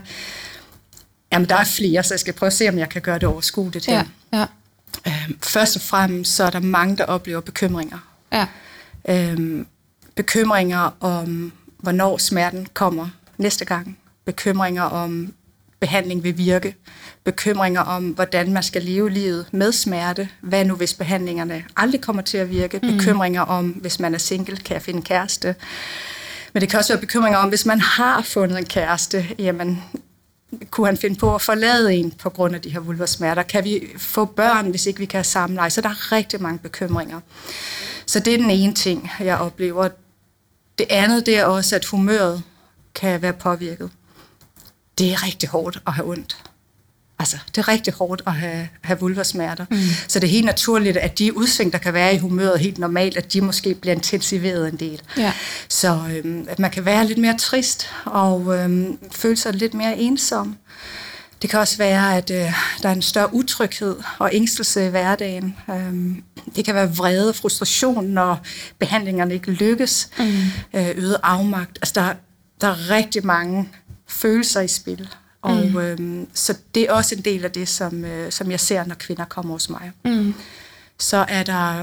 jamen der er flere, så jeg skal prøve at se, om jeg kan gøre det overskueligt her. Ja, ja. Øhm, først og fremmest, så er der mange, der oplever bekymringer. Ja. Øhm, bekymringer om, hvornår smerten kommer næste gang. Bekymringer om, behandling vil virke. Bekymringer om, hvordan man skal leve livet med smerte. Hvad nu, hvis behandlingerne aldrig kommer til at virke? Mm. Bekymringer om, hvis man er single, kan jeg finde en kæreste? Men det kan også være bekymringer om, hvis man har fundet en kæreste, jamen, kunne han finde på at forlade en på grund af de her vulvasmerter? Kan vi få børn, hvis ikke vi kan have samleje? Så der er rigtig mange bekymringer. Så det er den ene ting, jeg oplever. Det andet, det er også, at humøret kan være påvirket. Det er rigtig hårdt at have ondt. Altså, det er rigtig hårdt at have, have vulvasmerter. Mm. Så det er helt naturligt, at de udsving, der kan være i humøret helt normalt, at de måske bliver intensiveret en del. Ja. Så øhm, at man kan være lidt mere trist og øhm, føle sig lidt mere ensom. Det kan også være, at øh, der er en større utryghed og ængstelse i hverdagen. Øhm, det kan være vrede og frustration, når behandlingerne ikke lykkes. Mm. Øh, øget afmagt. Altså, der, der er rigtig mange følelser i spil. Og mm. øhm, så det er også en del af det, som, øh, som jeg ser, når kvinder kommer hos mig. Mm. Så er der,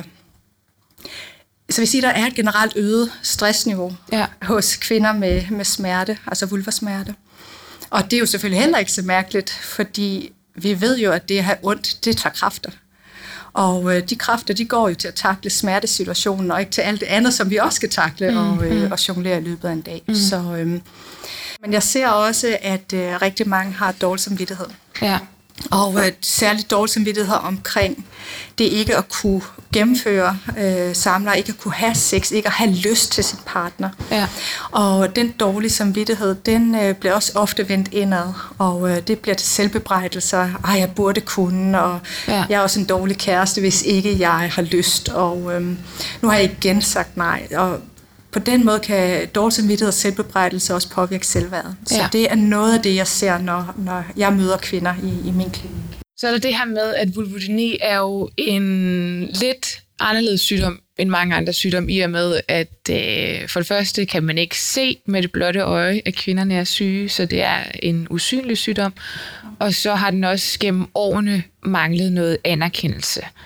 så vil sige, der er et generelt øget stressniveau ja. hos kvinder med, med smerte, altså vulvasmerte. Og det er jo selvfølgelig heller ikke så mærkeligt, fordi vi ved jo, at det at have ondt, det tager kræfter. Og øh, de kræfter, de går jo til at takle smertesituationen, og ikke til alt det andet, som vi også skal takle mm. og, øh, og jonglere i løbet af en dag. Mm. Så, øh, men jeg ser også, at øh, rigtig mange har dårlig samvittighed. Ja. Og øh, særligt dårlig samvittighed omkring det ikke at kunne gennemføre øh, samleje, ikke at kunne have sex, ikke at have lyst til sin partner. Ja. Og den dårlige samvittighed, den øh, bliver også ofte vendt indad, og øh, det bliver til selvbebrejdelser. Ej, jeg burde kunne, og ja. jeg er også en dårlig kæreste, hvis ikke jeg har lyst, og øh, nu har jeg igen sagt nej. Og på den måde kan dårlig samvittighed og selvbebrejdelse også påvirke selvværdet. Så ja. det er noget af det, jeg ser, når, når jeg møder kvinder i, i min klinik. Så er der det her med, at vulvodyni er jo en lidt anderledes sygdom end mange andre sygdomme, i og med, at øh, for det første kan man ikke se med det blotte øje, at kvinderne er syge, så det er en usynlig sygdom. Og så har den også gennem årene manglet noget anerkendelse.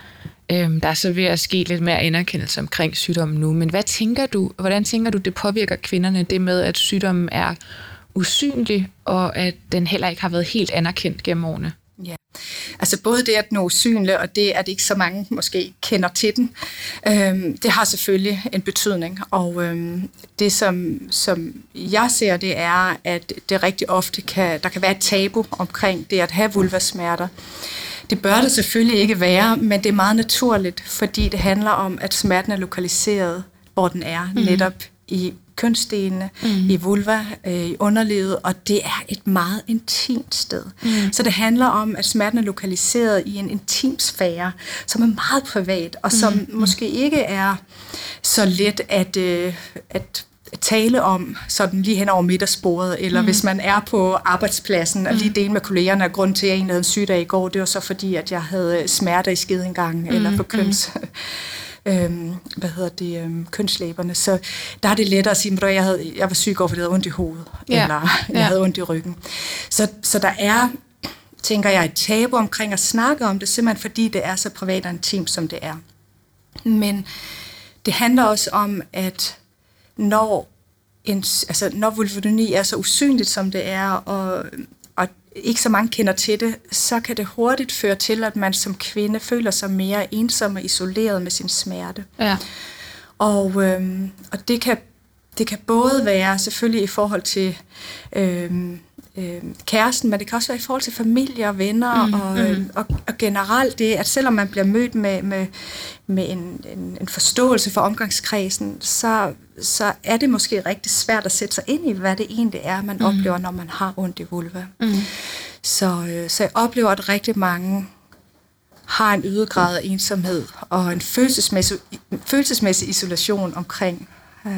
Øhm, der er så ved at ske lidt mere anerkendelse omkring sygdommen nu. Men hvad tænker du, hvordan tænker du, det påvirker kvinderne, det med, at sygdommen er usynlig, og at den heller ikke har været helt anerkendt gennem årene? Ja, altså både det, at den er usynlig, og det, at ikke så mange måske kender til den, øhm, det har selvfølgelig en betydning. Og øhm, det, som, som jeg ser, det er, at det rigtig ofte kan, der kan være et tabu omkring det at have vulvasmerter. Det bør det selvfølgelig ikke være, men det er meget naturligt, fordi det handler om, at smerten er lokaliseret, hvor den er, mm. netop i kønsdelene, mm. i vulva, øh, i underlivet, og det er et meget intimt sted. Mm. Så det handler om, at smerten er lokaliseret i en intim sfære, som er meget privat, og som mm. måske ikke er så let at, øh, at tale om sådan lige hen over middagsbordet, eller mm. hvis man er på arbejdspladsen, og lige dele med kollegerne, og grund til, at jeg egentlig havde en sygdag i går, det var så fordi, at jeg havde smerter i skedengangen, mm. eller på køns... Mm. Øhm, hvad hedder det, øhm, kønslæberne, så der er det lettere at sige, at jeg, havde, jeg var syg over, fordi jeg havde ondt i hovedet, ja. eller jeg ja. havde ondt i ryggen. Så, så der er, tænker jeg, et tabu omkring at snakke om det, simpelthen fordi det er så privat og intimt, som det er. Men det handler også om, at når, en, altså, når vulvodyni er så usynligt, som det er, og og ikke så mange kender til det, så kan det hurtigt føre til, at man som kvinde føler sig mere ensom og isoleret med sin smerte. Ja. Og, øhm, og det, kan, det kan både være selvfølgelig i forhold til øhm, øhm, kæresten, men det kan også være i forhold til familie og venner, mm, og, mm. Og, og generelt det, at selvom man bliver mødt med, med, med en, en, en forståelse for omgangskredsen, så, så er det måske rigtig svært at sætte sig ind i, hvad det egentlig er, man mm. oplever, når man har ondt i vulva. Mm. Så, øh, så jeg oplever, at rigtig mange har en øget grad af ensomhed og en følelsesmæssig, følelsesmæssig isolation omkring øh,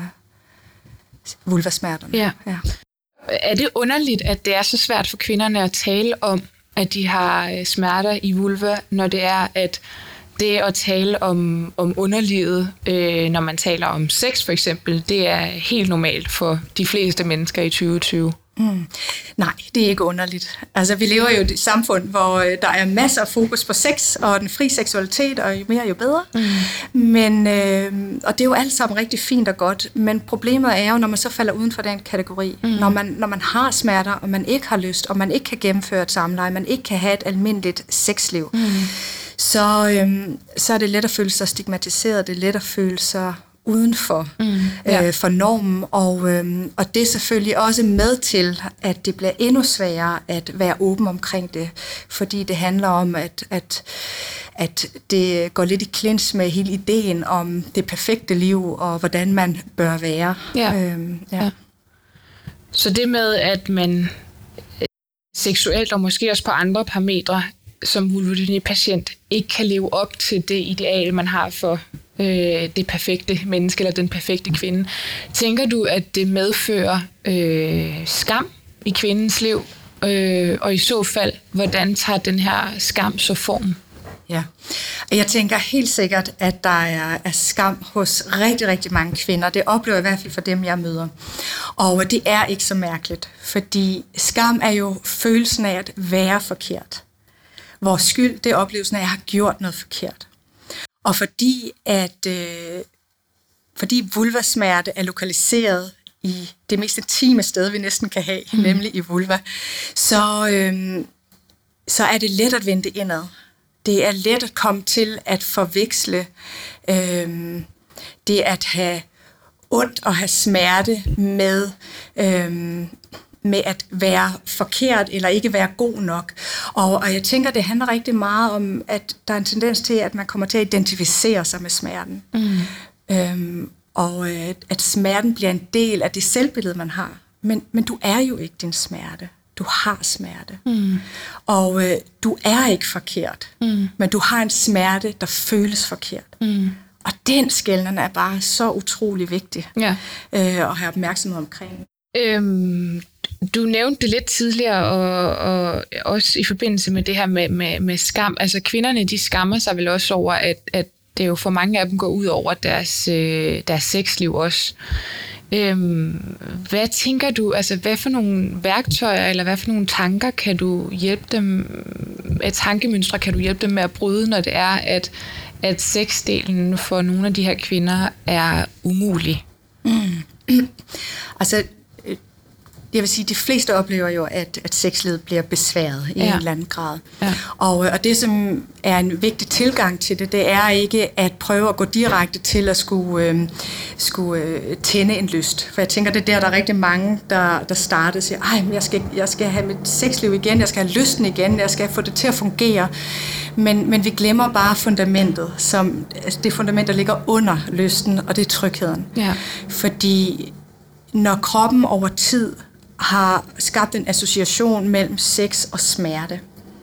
vulvasmerterne. Ja. Ja. Er det underligt, at det er så svært for kvinderne at tale om, at de har smerter i vulva, når det er, at det at tale om, om underlivet, øh, når man taler om sex for eksempel, det er helt normalt for de fleste mennesker i tyve tyve? Mm. Nej, det er ikke underligt. Altså, vi lever jo i et samfund, hvor øh, der er masser af fokus på sex og den frie seksualitet, og jo mere, jo bedre. Mm. Men, øh, og det er jo alt sammen rigtig fint og godt, men problemet er jo, når man så falder uden for den kategori. Mm. Når, man, når man har smerter, og man ikke har lyst, og man ikke kan gennemføre et samleje, man ikke kan have et almindeligt sexliv, mm. så, øh, så er det let at føle sig stigmatiseret, det er let at føle sig udenfor mm, ja. øh, for normen, og, øhm, og det er selvfølgelig også med til, at det bliver endnu sværere at være åben omkring det, fordi det handler om, at, at, at det går lidt i clinch med hele ideen om det perfekte liv, og hvordan man bør være. Ja. Øhm, ja. Ja. Så det med, at man seksuelt, og måske også på andre parametre, som vulvodyni-patient, ikke kan leve op til det ideal, man har for øh, det perfekte menneske eller den perfekte kvinde. Tænker du, at det medfører øh, skam i kvindens liv? Øh, og i så fald, hvordan tager den her skam så form? Ja, jeg tænker helt sikkert, at der er, er skam hos rigtig, rigtig mange kvinder. Det oplever jeg i hvert fald for dem, jeg møder. Og det er ikke så mærkeligt, fordi skam er jo følelsen af at være forkert. Hvor skyld, det er oplevelsen af, at jeg har gjort noget forkert. Og fordi, at, øh, fordi vulvasmerte er lokaliseret i det mest intime sted, vi næsten kan have, mm. nemlig i vulva, så, øh, så er det let at vende indad. Det er let at komme til at forveksle øh, det at have ondt og have smerte med... Øh, med at være forkert eller ikke være god nok. Og, og jeg tænker, det handler rigtig meget om, at der er en tendens til, at man kommer til at identificere sig med smerten. Mm. Øhm, og at, at smerten bliver en del af det selvbillede, man har. Men, men du er jo ikke din smerte. Du har smerte. Mm. Og øh, du er ikke forkert. Mm. Men du har en smerte, der føles forkert. Mm. Og den skelnen er bare så utrolig vigtig ja. øh, at have opmærksomhed omkring. Øhm, du nævnte det lidt tidligere, og, og også i forbindelse med det her med, med, med skam. Altså kvinderne, de skammer sig vel også over, at, at det jo for mange af dem går ud over deres, øh, deres sexliv også. Øhm, hvad tænker du, altså hvad for nogle værktøjer, eller hvad for nogle tanker kan du hjælpe dem, et tankemønstre kan du hjælpe dem med at bryde, når det er, at, at sexdelen for nogle af de her kvinder er umulig? Mm. altså, jeg vil sige, at de fleste oplever jo, at, at sexlivet bliver besværet i ja. en eller anden grad. Ja. Og, og det, som er en vigtig tilgang til det, det er ikke at prøve at gå direkte til at skulle, øh, skulle øh, tænde en lyst. For jeg tænker, det er der, der er rigtig mange, der, der starter og siger, ej, jeg skal, jeg skal have mit sexliv igen, jeg skal have lysten igen, jeg skal få det til at fungere. Men, men vi glemmer bare fundamentet, som altså det fundament, der ligger under lysten, og det er trygheden. Ja. Fordi når kroppen over tid har skabt en association mellem sex og smerte,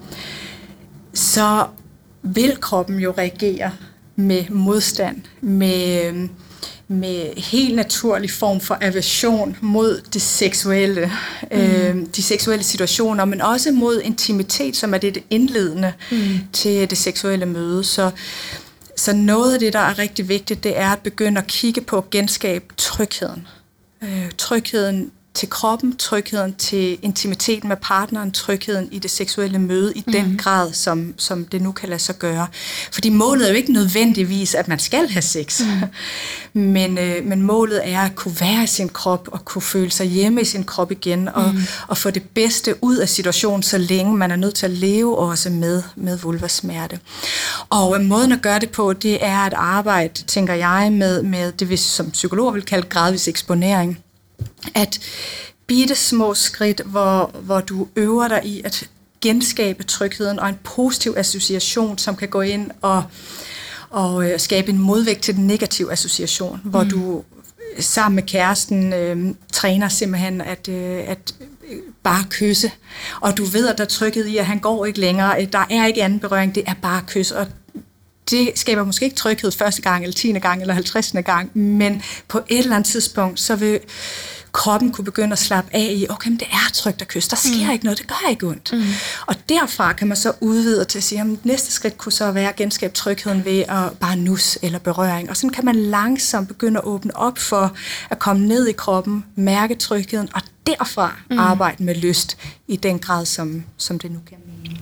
så vil kroppen jo reagere med modstand, med, med helt naturlig form for aversion mod det seksuelle, mm. øh, de seksuelle situationer, men også mod intimitet, som er det indledende mm. til det seksuelle møde. Så, så noget af det, der er rigtig vigtigt, det er at begynde at kigge på at genskabe trygheden. Øh, trygheden til kroppen, trygheden til intimiteten med partneren, trygheden i det seksuelle møde i mm. den grad, som, som det nu kan lade sig gøre. Fordi målet er jo ikke nødvendigvis, at man skal have sex. Mm. men, øh, men målet er at kunne være i sin krop, og kunne føle sig hjemme i sin krop igen, og, mm. og få det bedste ud af situationen, så længe man er nødt til at leve også med, med vulvasmerte. Og øh, måden at gøre det på, det er at arbejde, tænker jeg, med, med det, vi som psykologer vil kalde gradvis eksponering. At bitte små skridt, hvor, hvor du øver dig i at genskabe trygheden og en positiv association, som kan gå ind og, og øh, skabe en modvægt til den negative association, mm. hvor du sammen med kæresten øh, træner simpelthen at, øh, at øh, bare kysse. Og du ved, at der er tryghed i, at han går ikke længere. Der er ikke anden berøring, det er bare kys. Og det skaber måske ikke tryghed første gang, eller tiende gang, eller halvtredsende gang, men på et eller andet tidspunkt, så vil kroppen kunne begynde at slappe af i, okay, men det er trygt at kysse, der sker mm. ikke noget, det gør ikke ondt. Mm. Og derfra kan man så udvide til at sige, at næste skridt kunne så være at genskabe trygheden ved at bare nus eller berøring. Og sådan kan man langsomt begynde at åbne op for at komme ned i kroppen, mærke trygheden, og derfra mm. arbejde med lyst i den grad, som, som det nu kan.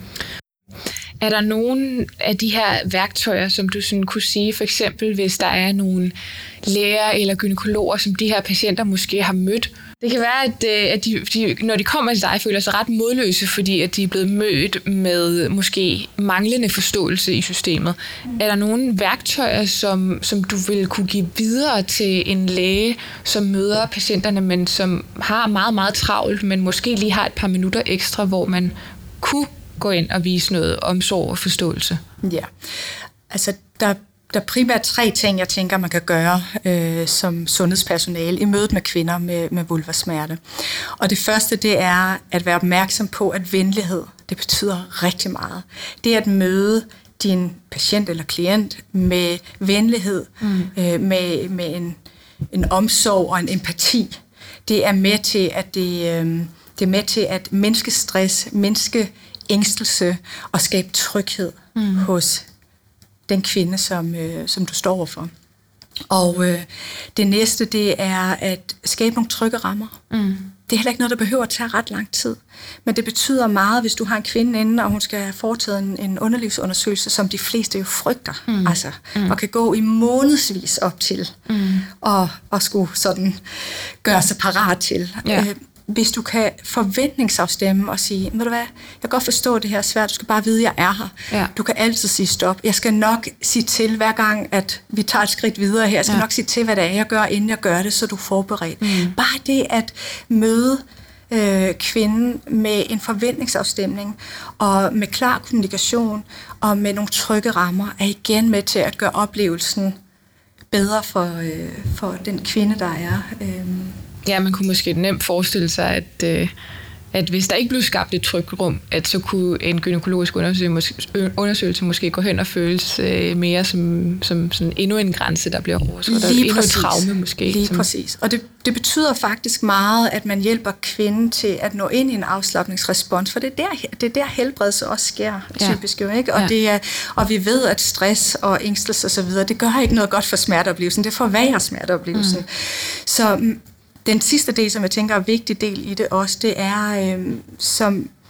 Er der nogle af de her værktøjer, som du sådan kunne sige, for eksempel hvis der er nogle læger eller gynækologer, som de her patienter måske har mødt? Det kan være, at, at de, de, når de kommer til dig, føler sig ret modløse, fordi at de er blevet mødt med måske manglende forståelse i systemet. Mm. Er der nogle værktøjer, som, som du vil kunne give videre til en læge, som møder patienterne, men som har meget, meget travlt, men måske lige har et par minutter ekstra, hvor man kunne gå ind og vise noget omsorg og forståelse? Ja, altså der, der er primært tre ting, jeg tænker, man kan gøre øh, som sundhedspersonale i mødet med kvinder med, med vulvasmerte. Og det første, det er at være opmærksom på, at venlighed, det betyder rigtig meget. Det er at møde din patient eller klient med venlighed, mm. øh, med, med en, en omsorg og en empati. Det er med til at det, øh, det er med til at mindske stress, mindske ængstelse og skabe tryghed mm. hos den kvinde, som, øh, som du står overfor. Og øh, det næste, det er at skabe nogle trygge rammer. Mm. Det er heller ikke noget, der behøver at tage ret lang tid. Men det betyder meget, hvis du har en kvinde inde, og hun skal have foretaget en, en underlivsundersøgelse, som de fleste jo frygter, mm. altså, mm. og kan gå i månedsvis op til, mm. og, og skulle sådan gøre sig parat til. Ja. Øh, Hvis du kan forventningsafstemme og sige, ved du hvad, jeg kan godt forstå, at det her er svært, du skal bare vide, at jeg er her. Ja. Du kan altid sige stop. Jeg skal nok sige til, hver gang, at vi tager et skridt videre her. Jeg skal ja. nok sige til, hvad det er, jeg gør, inden jeg gør det, så du er forberedt. Mm. Bare det at møde øh, kvinden med en forventningsafstemning, og med klar kommunikation, og med nogle trygge rammer, er igen med til at gøre oplevelsen bedre for, øh, for den kvinde, der er. Øh, Ja, man kunne måske nemt forestille sig, at, øh, at hvis der ikke blev skabt et trygt rum, at så kunne en gynækologisk undersøgelse, undersøgelse måske gå hen og føles øh, mere som, som sådan endnu en grænse, der bliver overskredet. Lige endnu et traume måske. Lige som... præcis. Og det, det betyder faktisk meget, at man hjælper kvinden til at nå ind i en afslapningsrespons, for det er der, det er der helbredelse også sker, ja. typisk jo, ikke? Og, ja. det er, og vi ved, at stress og ængstelse og så videre, det gør ikke noget godt for smerteoplevelsen, det forværrer smerteoplevelsen. Mm. Så den sidste del, som jeg tænker er en vigtig del i det også, det er, øh, som,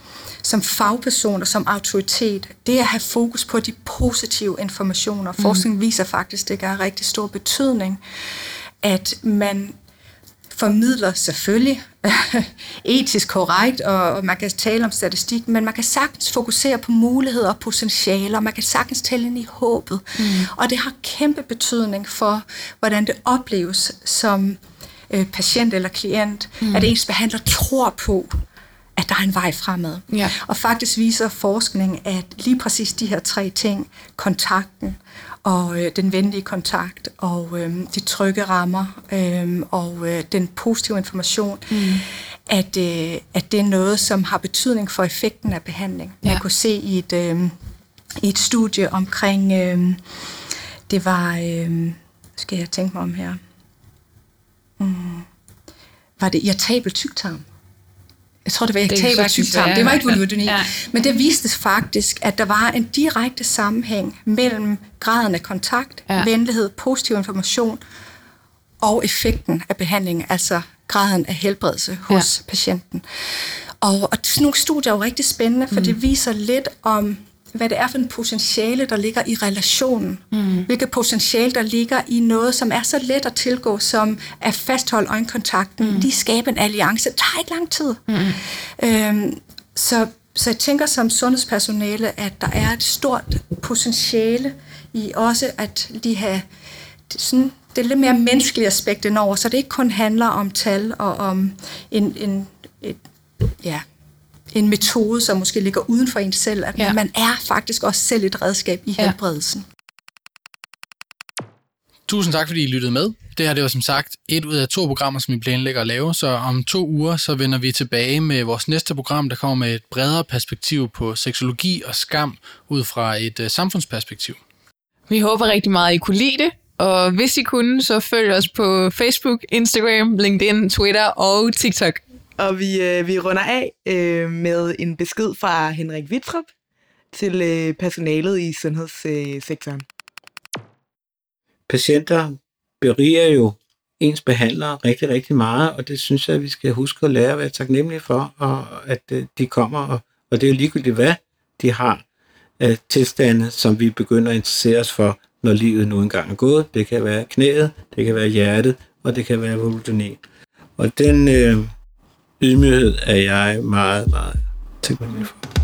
som fagperson og som autoritet, det er at have fokus på de positive informationer. Mm. Forskning viser faktisk, at det gør rigtig stor betydning, at man formidler selvfølgelig etisk korrekt, og man kan tale om statistik, men man kan sagtens fokusere på muligheder og potentialer, og man kan sagtens tale ind i håbet. Mm. Og det har kæmpe betydning for, hvordan det opleves som øh, patient eller klient, mm. at ens behandler tror på, at der er en vej fremad. Ja. Og faktisk viser forskning, at lige præcis de her tre ting, kontakten, og øh, den venlige kontakt, og øh, de trygge rammer, øh, og øh, den positive information, mm. at, øh, at det er noget, som har betydning for effekten af behandling. Ja. Jeg kunne se i et, øh, i et studie omkring, øh, det var, øh, skal jeg tænke mig om her, mm, var det irritabel tyktarm? Jeg tror, det var irritabel tyktarm. Det var ikke vulvodyni. Ja. Men det viste faktisk, at der var en direkte sammenhæng mellem graden af kontakt, ja. venlighed, positiv information og effekten af behandlingen, altså graden af helbredelse hos ja. patienten. Og, og sådan nogle studier er jo rigtig spændende, for mm. det viser lidt om, hvad det er for en potentiale, der ligger i relationen. Mm. Hvilket potentiale, der ligger i noget, som er så let at tilgå, som at fastholde øjenkontakten. Mm. De skaber en alliance. Det tager ikke lang tid. Mm. Øhm, så, så jeg tænker som sundhedspersonale, at der er et stort potentiale i også at de have sådan, det er lidt mere menneskelige aspekt indover, så det ikke kun handler om tal og om en, en et, ja, en metode, som måske ligger uden for en selv, at ja. man er faktisk også selv et redskab i ja. helbredelsen. Tusind tak, fordi I lyttede med. Det her det var som sagt et ud af to programmer, som vi planlægger at lave, så om to uger så vender vi tilbage med vores næste program, der kommer med et bredere perspektiv på seksologi og skam ud fra et uh, samfundsperspektiv. Vi håber rigtig meget, at I kunne lide det, og hvis I kunne, så følg os på Facebook, Instagram, LinkedIn, Twitter og TikTok. Og vi, øh, vi runder af øh, med en besked fra Henrik Wittrup til øh, personalet i sundhedssektoren. Patienter beriger jo ens behandlere rigtig, rigtig meget, og det synes jeg, at vi skal huske at lære at være taknemmelige for, og at øh, de kommer, og, og det er jo ligegyldigt, hvad de har af tilstande, som vi begynder at interessere os for, når livet nu engang er gået. Det kan være knæet, det kan være hjertet, og det kan være vulvodyni. Og den... Øh, ydmyghed er jeg meget, meget taknemmelig for.